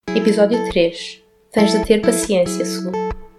Episódio 3. Tens de ter paciência, Su.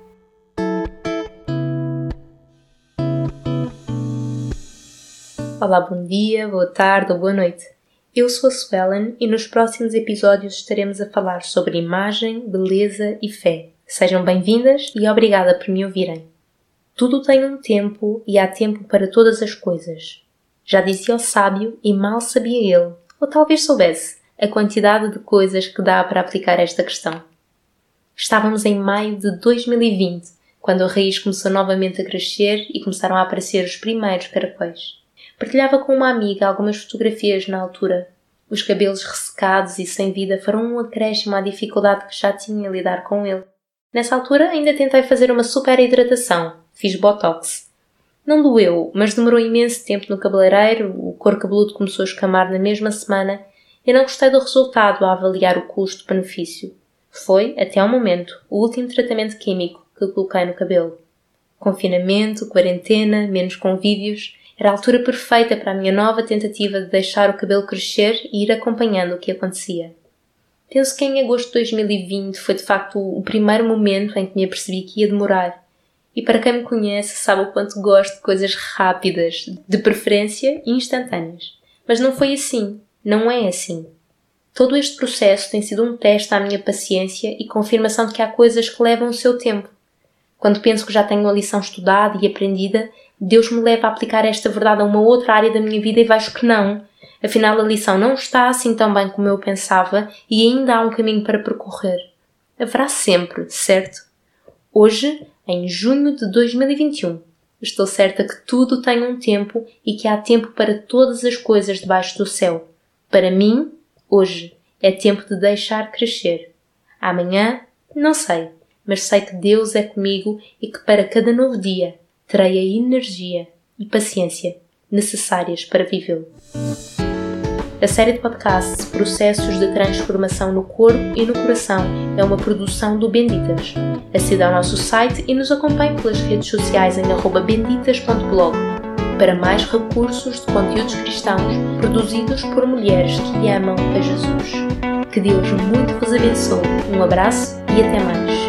Olá, bom dia, boa tarde ou boa noite. Eu sou a Suelen e nos próximos episódios estaremos a falar sobre imagem, beleza e fé. Sejam bem-vindas e obrigada por me ouvirem. Tudo tem um tempo e há tempo para todas as coisas. Já dizia o sábio e mal sabia ele, ou talvez soubesse, a quantidade de coisas que dá para aplicar esta questão. Estávamos em maio de 2020, quando a raiz começou novamente a crescer e começaram a aparecer os primeiros caracóis. Partilhava com uma amiga algumas fotografias na altura. Os cabelos ressecados e sem vida foram um acréscimo à dificuldade que já tinha a lidar com ele. Nessa altura ainda tentei fazer uma super hidratação. Fiz botox. Não doeu, mas demorou imenso tempo no cabeleireiro, o couro cabeludo começou a escamar na mesma semana e não gostei do resultado a avaliar o custo-benefício. Foi, até ao momento, o último tratamento químico que coloquei no cabelo. Confinamento, quarentena, menos convívios. Era a altura perfeita para a minha nova tentativa de deixar o cabelo crescer e ir acompanhando o que acontecia. Penso que em agosto de 2020 foi de facto o primeiro momento em que me apercebi que ia demorar. E para quem me conhece sabe o quanto gosto de coisas rápidas, de preferência instantâneas. Mas não foi assim. Não é assim. Todo este processo tem sido um teste à minha paciência e confirmação de que há coisas que levam o seu tempo. Quando penso que já tenho a lição estudada e aprendida, Deus me leva a aplicar esta verdade a uma outra área da minha vida e vejo que não. Afinal, a lição não está assim tão bem como eu pensava e ainda há um caminho para percorrer. Haverá sempre, certo? Hoje, em junho de 2021, estou certa que tudo tem um tempo e que há tempo para todas as coisas debaixo do céu. Para mim, hoje, é tempo de deixar crescer. Amanhã, não sei, mas sei que Deus é comigo e que para cada novo dia terei a energia e paciência necessárias para vivê-lo. A série de podcasts Processos de Transformação no Corpo e no Coração é uma produção do Benditas. Acede ao nosso site e nos acompanhe pelas redes sociais em @benditas.blog para mais recursos de conteúdos cristãos produzidos por mulheres que amam a Jesus. Que Deus muito vos abençoe. Um abraço e até mais.